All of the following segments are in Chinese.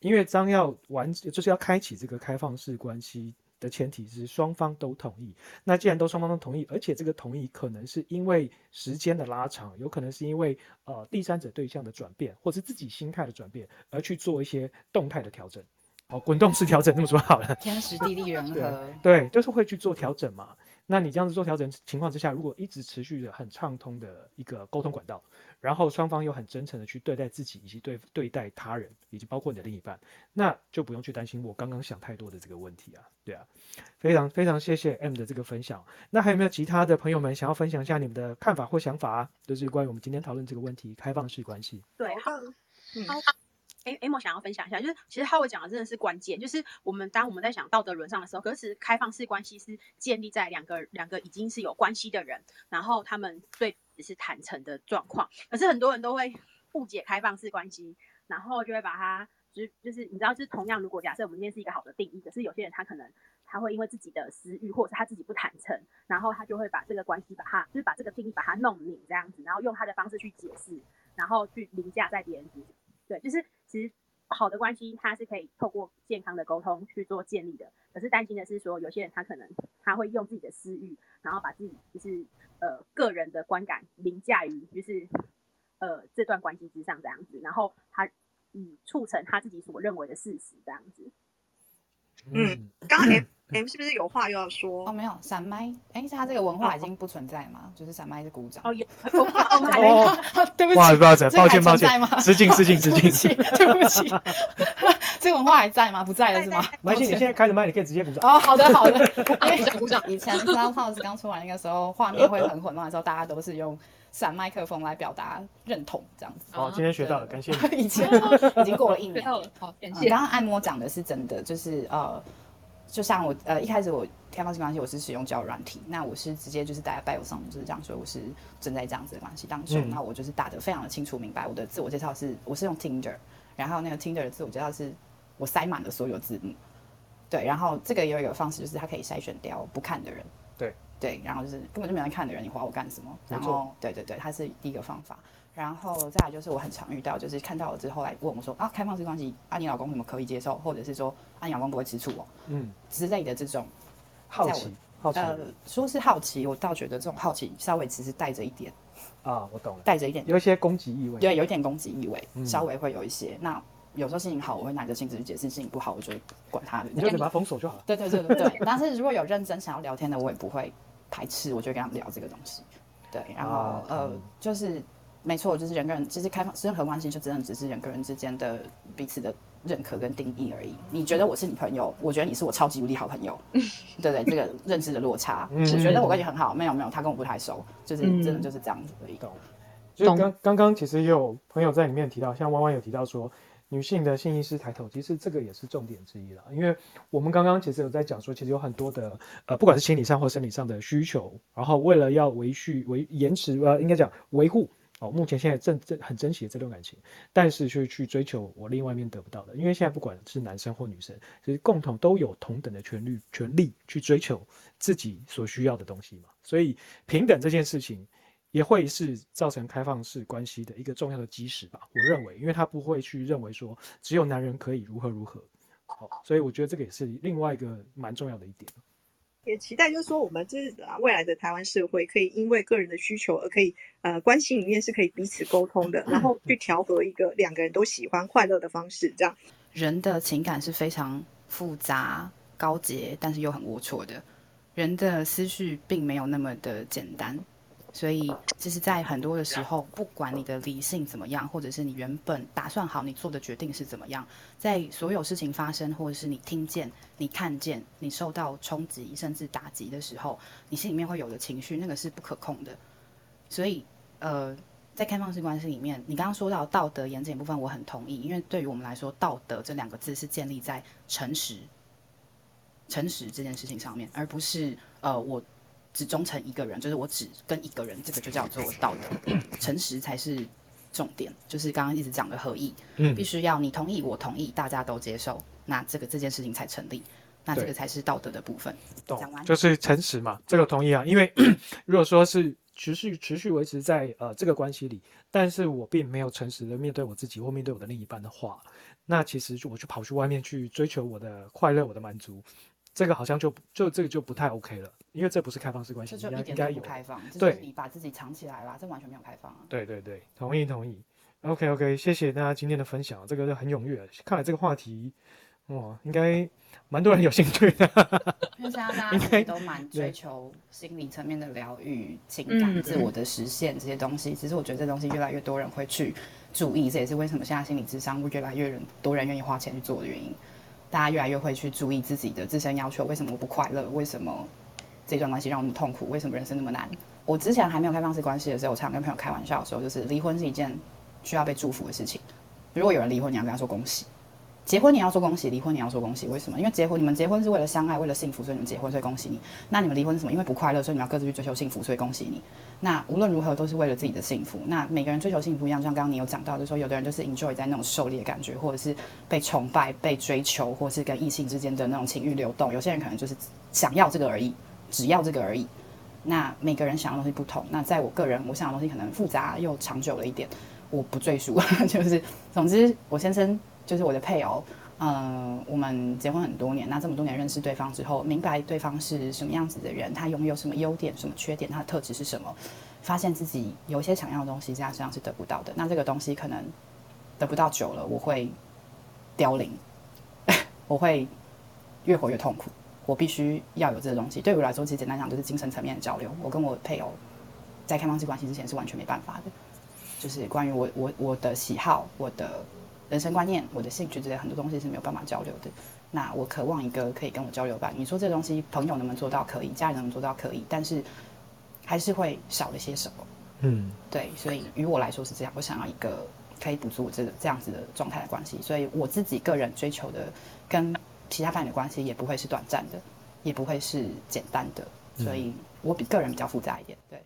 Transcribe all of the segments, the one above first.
因为将要就是要开启这个开放式关系的前提是双方都同意。那既然双方都同意，而且这个同意可能是因为时间的拉长，有可能是因为第三者对象的转变，或是自己心态的转变，而去做一些动态的调整。滚动式调整这么说好了， 天时地利人和， 对，就是会去做调整嘛。那你这样子做调整情况之下，如果一直持续的很畅通的一个沟通管道，然后双方又很真诚的去对待自己，以及对待他人，以及包括你的另一半，那就不用去担心我刚刚想太多的这个问题啊。对啊，非常非常谢谢 M 的这个分享。那还有没有其他的朋友们想要分享一下你们的看法或想法啊？就是关于我们今天讨论这个问题，开放式关系。 对，好。Amo 想要分享一下，就是其实Howard讲的真的是关键，就是当我们在想道德沦丧的时候，可是开放式关系是建立在两个已经是有关系的人，然后他们对彼此是坦诚的状况。可是很多人都会误解开放式关系，然后就会把它就是你知道，就是同样，如果假设我们今天是一个好的定义，可是有些人他会因为自己的私欲，或者是他自己不坦诚，然后他就会把这个关系把这个定义把它弄拧这样子，然后用他的方式去解释，然后去凌驾在别人之上。对，就是其实好的关系它是可以透过健康的沟通去做建立的，可是担心的是说有些人他会用自己的私欲，然后把自己就是个人的观感凌驾于就是这段关系之上这样子，然后他促成他自己所认为的事实这样子。 刚刚 M 是不是有话又要说？ 没有闪麦，他这个文化已经不存在吗？就是闪麦是鼓掌。 有对不起， 不好意思，抱歉，失敬， 对不起，这个文化还在吗？不在了是吗？ 没关系，你现在开着麦，你可以直接鼓掌。 好的，鼓掌。以前 Clubhouse 刚出来那个时候，画面会很混乱的时候，大家都是用闪麦克风来表达认同，这样子。 今天学到了，感谢你。 以前已经过了1年。 好，感谢。 刚刚按摩讲的是真的，就是就像我一开始我开放式关系我是使用交友软体，那我是直接就是打在 bio 上就是这样说我是正在这样子的关系当中，那我就是打得非常的清楚明白，我的自我介绍是我是用 Tinder， 然后那个 Tinder 的自我介绍是我塞满了所有字幕，对，然后这个也有一个方式就是它可以筛选掉不看的人，对，然后就是根本就没人看的人你划我干什么，然后对，它是第一个方法。然后再来就是我很常遇到，就是看到了之后来问我说开放式关系你老公怎么可以接受，或者是说你老公不会吃醋之类的这种好奇， 说是好奇，我倒觉得这种好奇稍微其实带着一点我懂了， 带着一点有一些攻击意味， 对，有一点攻击意味，稍微会有一些。那有时候心情好，我会耐着性子去解释；心情不好，我就管他的， 你就把它封锁就好了。 对。但是如果有认真想要聊天的，我也不会排斥，我就会跟他们聊这个东西。对，然后就是。没错，就是人跟人，其实开放任何关系就真的只是人跟人之间的彼此的认可跟定义而已。你觉得我是你朋友，我觉得你是我超级无敌好朋友，对，这个认知的落差。我觉得我跟你很好，没有，他跟我不太熟，就是真的就是这样子而已。 就是刚刚其实也有朋友在里面提到，像弯弯有提到说，女性的性意识抬头，其实这个也是重点之一啦。因为我们刚刚其实有在讲说，其实有很多的不管是心理上或生理上的需求，然后为了要延迟应该讲维护。目前现在很珍惜这段感情，但是却去追求我另外一面得不到的，因为现在不管是男生或女生，其实共同都有同等的权利去追求自己所需要的东西嘛，所以平等这件事情也会是造成开放式关系的一个重要的基石吧，我认为，因为他不会去认为说只有男人可以如何，所以我觉得这个也是另外一个蛮重要的一点。 也期待就是说我们就是未来的台湾社会可以因为个人的需求而可以关系里面是可以彼此沟通的，然后去调和一个两个人都喜欢快乐的方式，这样。 人的情感是非常复杂高洁，但是又很龌龊的，人的思绪并没有那么的简单，所以其实在很多的时候，不管你的理性怎么样，或者是你原本打算好你做的决定是怎么样，在所有事情发生，或者是你听见你看见你受到冲击甚至打击的时候，你心里面会有的情绪，那个是不可控的。所以在开放式关系里面，你刚刚说到道德严谨部分我很同意，因为对于我们来说，道德这2个字是建立在诚实这件事情上面，而不是我只忠诚一个人，就是我只跟一个人，这个就叫做道德。诚实才是重点，就是刚刚一直讲的合意，必须要你同意我同意，大家都接受，那这件事情才成立，那这个才是道德的部分。 懂，就是诚实嘛，这个同意啊。因为如果说是持续维持在这个关系里，但是我并没有诚实的面对我自己或面对我的另一半的话，那其实我就跑去外面去追求我的快乐、我的满足，这个好像这个就不太 OK 了，因为这不是开放式关系， 这就一点都不应该有开放，这就是对你把自己藏起来啦，这完全没有开放啊。 对对对，同意同意。OK， 谢谢大家今天的分享，这个很踊跃，看来这个话题哇，应该蛮多人有兴趣的。 因为现在大家应该其实都蛮追求心理层面的疗愈、情嗯感、自我的实现这些东西。其实我觉得这东西越来越多人会去注意，这也是为什么现在心理咨商越来越多人愿意花钱去做的原因。大家越来越会去注意自己的自身要求，为什么我不快乐？为什么这段关系让我那么痛苦？为什么人生那么难？我之前还没有开放式关系的时候，我常跟朋友开玩笑的时候，就是离婚是一件需要被祝福的事情。如果有人离婚，你要跟他说恭喜。结婚你要说恭喜，离婚你要说恭喜，为什么？因为你们结婚是为了相爱，为了幸福，所以你们结婚，所以恭喜你。那你们离婚是什么？因为不快乐，所以你们要各自去追求幸福，所以恭喜你。那无论如何都是为了自己的幸福。那每个人追求幸福一样，像刚刚你有讲到，就是说有的人就是 enjoy 在那种狩猎的感觉，或者是被崇拜、被追求，或是跟异性之间的那种情欲流动。有些人可能就是想要这个而已，只要这个而已。那每个人想要的东西不同。那在我个人，我想要的东西可能复杂又长久了一点，我不赘述。就是总之，我先生就是我的配偶。我们结婚很多年，那这么多年认识对方之后，明白对方是什么样子的人，他拥有什么优点、什么缺点，他的特质是什么，发现自己有一些想要的东西在他身上是得不到的，那这个东西可能得不到久了，我会凋零，我会越活越痛苦，我必须要有这个东西。对我来说，其实简单讲就是精神层面的交流。我跟我配偶在开放式关系之前是完全没办法的，就是关于我的喜好、我的人生观念、我的兴趣之类很多东西是没有办法交流的。那我渴望一个可以跟我交流的伴侣。你说这东西朋友能不能做到？可以，家人能不能做到？可以，但是还是会少了些什么。对，所以于我来说是这样。我想要一个可以补足我这样子的状态的关系，所以我自己个人追求的跟其他伴侣的关系也不会是短暂的，也不会是简单的，所以我个人比较复杂一点。对，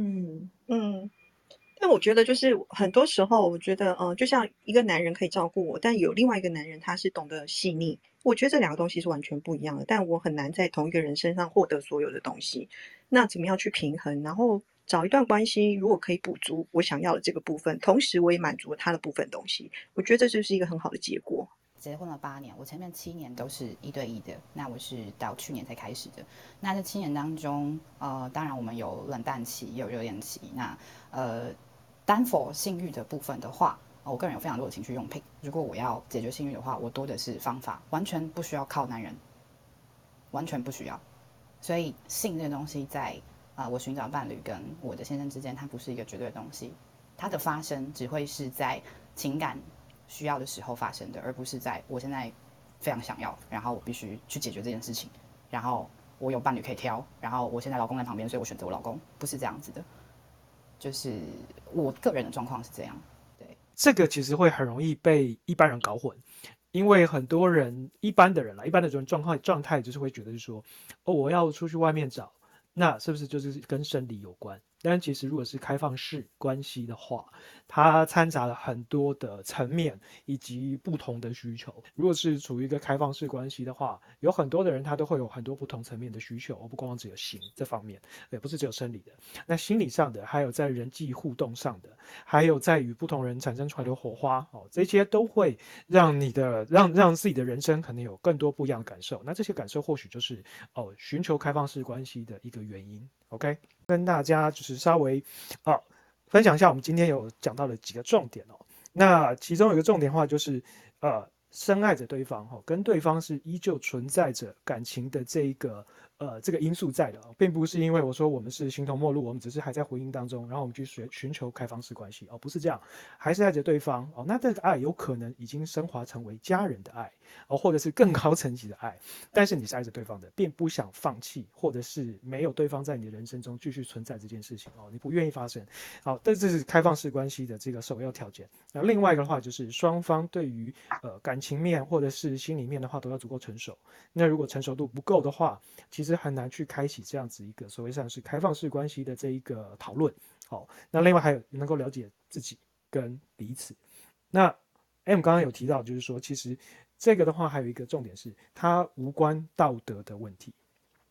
但我觉得就是很多时候，我觉得就像一个男人可以照顾我，但有另外一个男人他是懂得细腻。我觉得这两个东西是完全不一样的，但我很难在同一个人身上获得所有的东西。那怎么样去平衡？然后找一段关系，如果可以补足我想要的这个部分，同时我也满足了他的部分东西，我觉得这就是一个很好的结果。 结婚了8年，我前面7年都是1对1的，那我是到去年才开始的。那这7年当中，当然我们有冷淡期，也有热恋期。那单否性欲的部分的话，我个人有非常多的情绪用品。如果我要解决性欲的话，我多的是方法，完全不需要靠男人，完全不需要。所以性这个东西在我寻找伴侣跟我的先生之间，它不是一个绝对的东西，它的发生只会是在情感需要的时候发生的，而不是在我现在非常想要，然后我必须去解决这件事情，然后我有伴侣可以挑，然后我现在老公在旁边，所以我选择我老公，不是这样子的。就是我个人的状况是这样。对， 这个其实会很容易被一般人搞混，因为很多人一般的人状态就是会觉得是说，我要出去外面找，那是不是就是跟生理有关？但其实如果是开放式关系的话，它掺杂了很多的层面以及不同的需求。如果是处于一个开放式关系的话，有很多的人他都会有很多不同层面的需求，不光只有性这方面，也不是只有生理的。那心理上的，还有在人际互动上的，还有在与不同人产生出来的火花，这些都会让自己的人生可能有更多不一样的感受。那这些感受或许就是寻求开放式关系的一个原因。OK， 跟大家就是稍微分享一下我们今天有讲到的几个重点哦。那其中有一个重点的话就是深爱着对方跟对方是依旧存在着感情的这个因素在的，并不是因为我说我们是形同陌路，我们只是还在婚姻当中，然后我们去寻求开放式关系不是这样，还是爱着对方那这个爱有可能已经升华成为家人的爱或者是更高层级的爱，但是你是爱着对方的，并不想放弃，或者是没有对方在你的人生中继续存在这件事情你不愿意发生但这是开放式关系的这个首要条件。那另外一个的话就是双方对于感情面或者是心里面的话都要足够成熟。那如果成熟度不够的话，其实很难去开启这样子一个所谓上是开放式关系的这一个讨论。那另外还有能够了解自己跟彼此。那 M 刚刚有提到，就是说其实这个的话还有一个重点是，它无关道德的问题。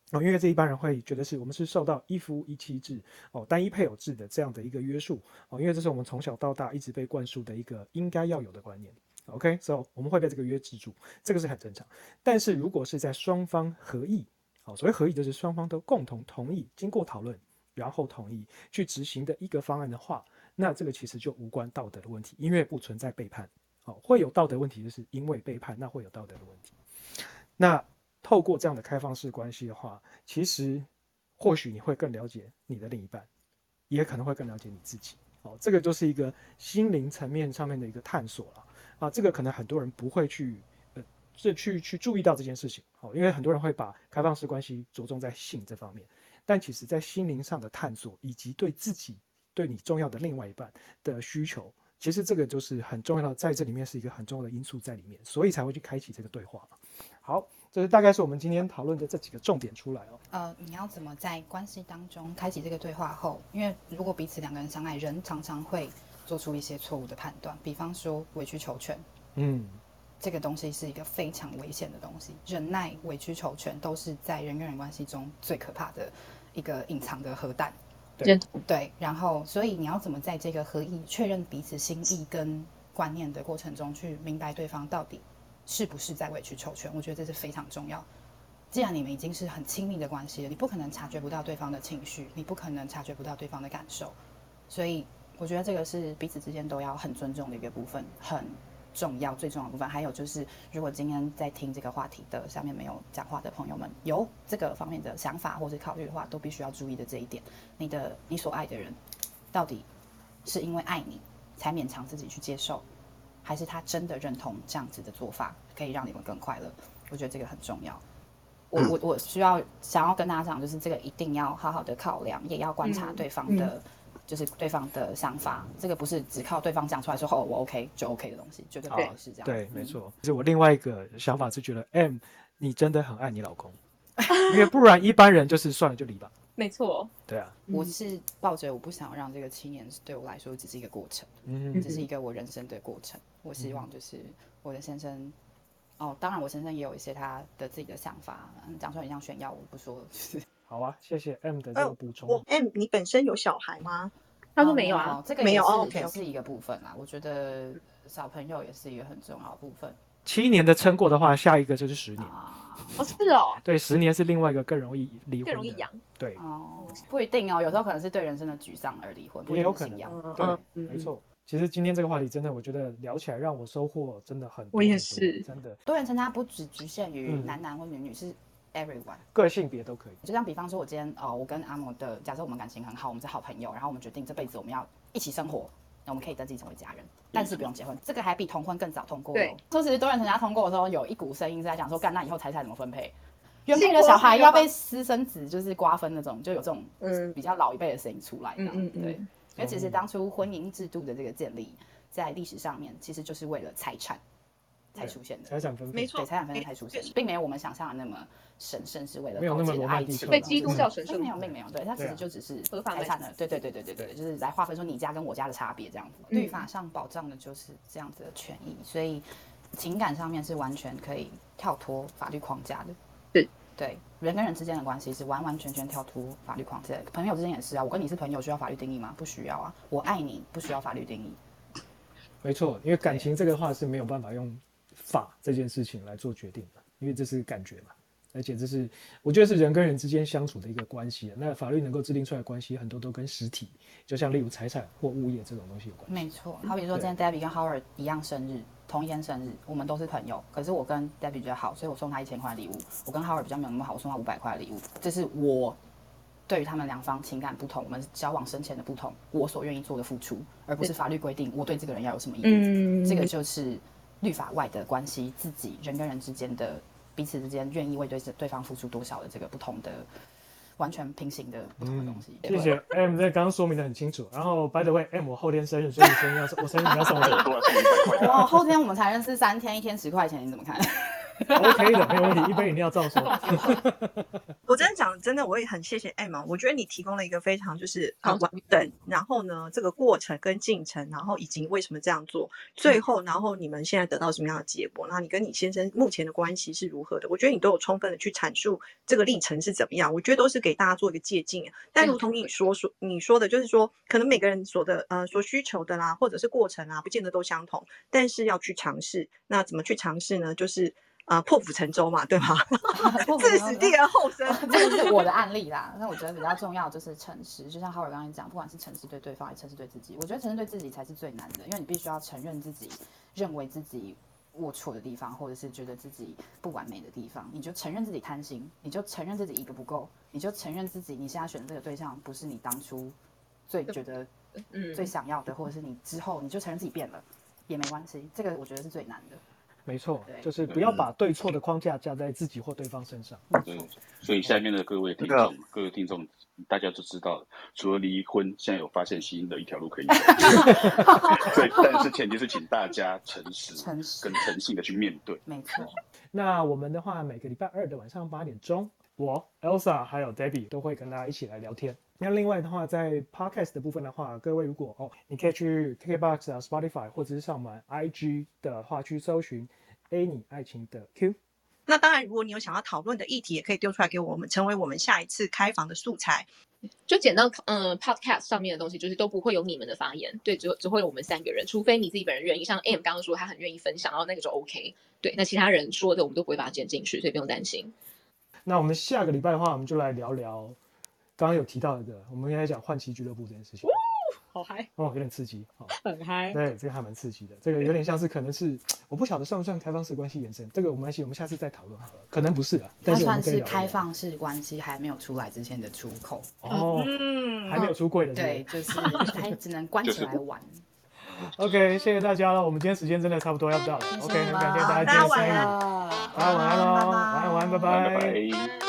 因为这一般人会觉得我们是受到一夫一妻制单一配偶制的这样的一个约束因为这是我们从小到大一直被灌输的一个应该要有的观念。OK，so 我们会被这个约制住，这个是很正常。但是如果是在双方合意，所谓合意就是双方都共同同意，经过讨论，然后同意去执行的一个方案的话，那这个其实就无关道德的问题，因为不存在背叛。会有道德问题，就是因为背叛，那会有道德的问题。那透过这样的开放式关系的话，其实或许你会更了解你的另一半，也可能会更了解你自己。这个就是一个心灵层面上面的一个探索了这个可能很多人不会去注意到这件事情因为很多人会把开放式关系着重在性这方面，但其实在心灵上的探索以及对自己对你重要的另外一半的需求，其实这个就是很重要的，在这里面是一个很重要的因素在里面，所以才会去开启这个对话嘛。好，这大概是我们今天讨论的这几个重点出来你要怎么在关系当中开启这个对话后，因为如果彼此两个人相爱，人常常会做出一些错误的判断，比方说委曲求全。这个东西是一个非常危险的东西，忍耐、委曲求全都是在人跟人关系中最可怕的一个隐藏的核弹。对，然后所以你要怎么在这个合意确认彼此心意跟观念的过程中去明白对方到底是不是在委曲求全，我觉得这是非常重要。既然你们已经是很亲密的关系了，你不可能察觉不到对方的情绪，你不可能察觉不到对方的感受，所以我觉得这个是彼此之间都要很尊重的一个部分，很重要最重要的部分。还有就是如果今天在听这个话题的下面没有讲话的朋友们有这个方面的想法或者考虑的话，都必须要注意的这一点，你所爱的人到底是因为爱你才勉强自己去接受，还是他真的认同这样子的做法可以让你们更快乐。我觉得这个很重要。我想要跟大家讲，就是这个一定要好好的考量，也要观察对方的就是对方的想法，这个不是只靠对方讲出来说我 OK 就 OK 的东西，绝对不是这样。 对，没错。其实我另外一个想法是觉得你真的很爱你老公因为不然一般人就是算了就离吧。 没错， 对啊， 我是抱着我不想让这个7年对我来说只是一个过程，只是一个我人生的过程。我希望就是我的先生当然我先生也有一些他的自己的想法，讲出来很像炫耀，我不说就是好啊，谢谢 M 的这个补充。 你本身有小孩吗？ 他说没有啊， 这个没有也是一个部分啦。我觉得小朋友也是一个很重要的部分。 7年的撑过的话，下一个就是10年。 是哦。 对，10年是另外一个更容易离婚的， 更容易养。 对。 不一定有时候可能是对人生的沮丧而离婚， 也有可能。对，没错。其实今天这个话题真的，我觉得聊起来让我收获真的很多。 我也是， 真的。 多元成家不只局限于男或女，是 everyone， 各性别都可以。 就像比方说，我今天我跟阿摩的，假设我们感情很好，我们是好朋友，然后我们决定这辈子我们要一起生活，那我们可以登记成为家人，但是不用结婚。这个还比同婚更早通过。对，说其实多元成家通过的时候，有一股声音是在讲说，那以后财产怎么分配？原配的小孩要被私生子就是瓜分那种，就有这种比较老一辈的声音出来。对，因为其实当初婚姻制度的这个建立，在历史上面其实就是为了财产才出现的。 财产分配， 没错， 对，财产分配才出现的，并没有我们想象的那么神圣，是为了高洁的爱情， 被基督教神圣， 并没有，对，它其实就只是财产的，对，就是来划分说你家跟我家的差别这样子。律法上保障的就是这样子的权益，所以情感上面是完全可以跳脱法律框架的。对，人跟人之间的关系是完完全全跳脱法律框架的。朋友之间也是啊，我跟你是朋友需要法律定义吗？不需要啊。我爱你不需要法律定义。 没错，因为感情这个话是没有办法用法这件事情来做决定的，因为这是感觉嘛，而且这是我觉得是人跟人之间相处的一个关系。那法律能够制定出来的关系很多都跟实体，就像例如财产或物业这种东西有关系。 没错，好比说今天 Debbie 跟 Howard 一样生日，同一天生日，我们都是朋友，可是我跟 Debbie 比较好，所以我送他1000块礼物；我跟 Howard 比较没有那么好，我送他500块礼物。这是我对于他们两方情感不同，我们交往深浅的不同，我所愿意做的付出，而不是法律规定我对这个人要有什么义务。这个就是律法外的关系，自己人跟人之间的彼此之间愿意为对方付出多少的这个不同的。完全平行的不同的东西。 谢谢 M 在刚刚说明的很清楚。然后 by the way M 我后天生日，所以我生日你要送我。 我后天我们才认识3天，1天10块钱，你怎么看？ OK 的，没有问题，一杯饮料照收。 我真的讲真的，我也很谢谢 Emma，我觉得你提供了一个非常就是完整，然后呢这个过程跟进程，然后以及为什么这样做，最后然后你们现在得到什么样的结果，然后你跟你先生目前的关系是如何的，我觉得你都有充分的去阐述这个历程是怎么样，我觉得都是给大家做一个借鉴。但如同你说的，就是说可能每个人所需求的啦，或者是过程啊，不见得都相同，但是要去尝试。那怎么去尝试呢？就是破釜沉舟嘛，对吧？置死地而后生， 这个是我的案例啦。那我觉得比较重要就是诚实，就像浩尔刚才讲，不管是诚实对对方，还是诚实对自己，我觉得诚实对自己才是最难的，因为你必须要承认自己认为自己龌龊的地方，或者是觉得自己不完美的地方，你就承认自己贪心，你就承认自己一个不够，你就承认自己你现在选的这个对象不是你当初最觉得最想要的，或者是你之后你就承认自己变了也没关系，这个我觉得是最难的。 没错，就是不要把对错的框架加在自己或对方身上。 对，所以下面的各位听众，大家就知道了，除了离婚，现在有发现新的一条路可以走。对，但是前提是请大家诚实跟诚信的去面对。 没错。 那我们的话，每个礼拜二的晚上8点钟，我 Elsa 还有 Debbie 都会跟大家一起来聊天。那另外的话，在 Podcast 的部分的话，各位如果你可以去 KKBOX 啊、Spotify 或者是上我们 IG 的话去搜寻 A 你爱情的 Q。 那当然，如果你有想要讨论的议题，也可以丢出来给我们，成为我们下一次开房的素材。 就剪到podcast 上面的东西，就是都不会有你们的发言，对，只会有我们3个人，除非你自己本人愿意。像 M 刚刚说他很愿意分享，然后那个就 OK。对，那其他人说的我们都不会把它剪进去，所以不用担心。 那我们下个礼拜的话，我们就来聊聊刚刚有提到的，我们应该讲换妻俱乐部这件事情。 好嗨有点刺激， 很嗨。 对，这个还蛮刺激的。这个有点像是可能是我不晓得算不算开放式关系延伸，这个我们下次再讨论好了。可能不是啊，但是我们可以聊聊。 它算是开放式关系还没有出来之前的出口。 还没有出柜的。 对，就是还只能关起来玩。 OK， 谢谢大家了。我们今天时间真的差不多要到了。OK， 很感谢大家今天参与。大家晚安喽，晚安，拜拜。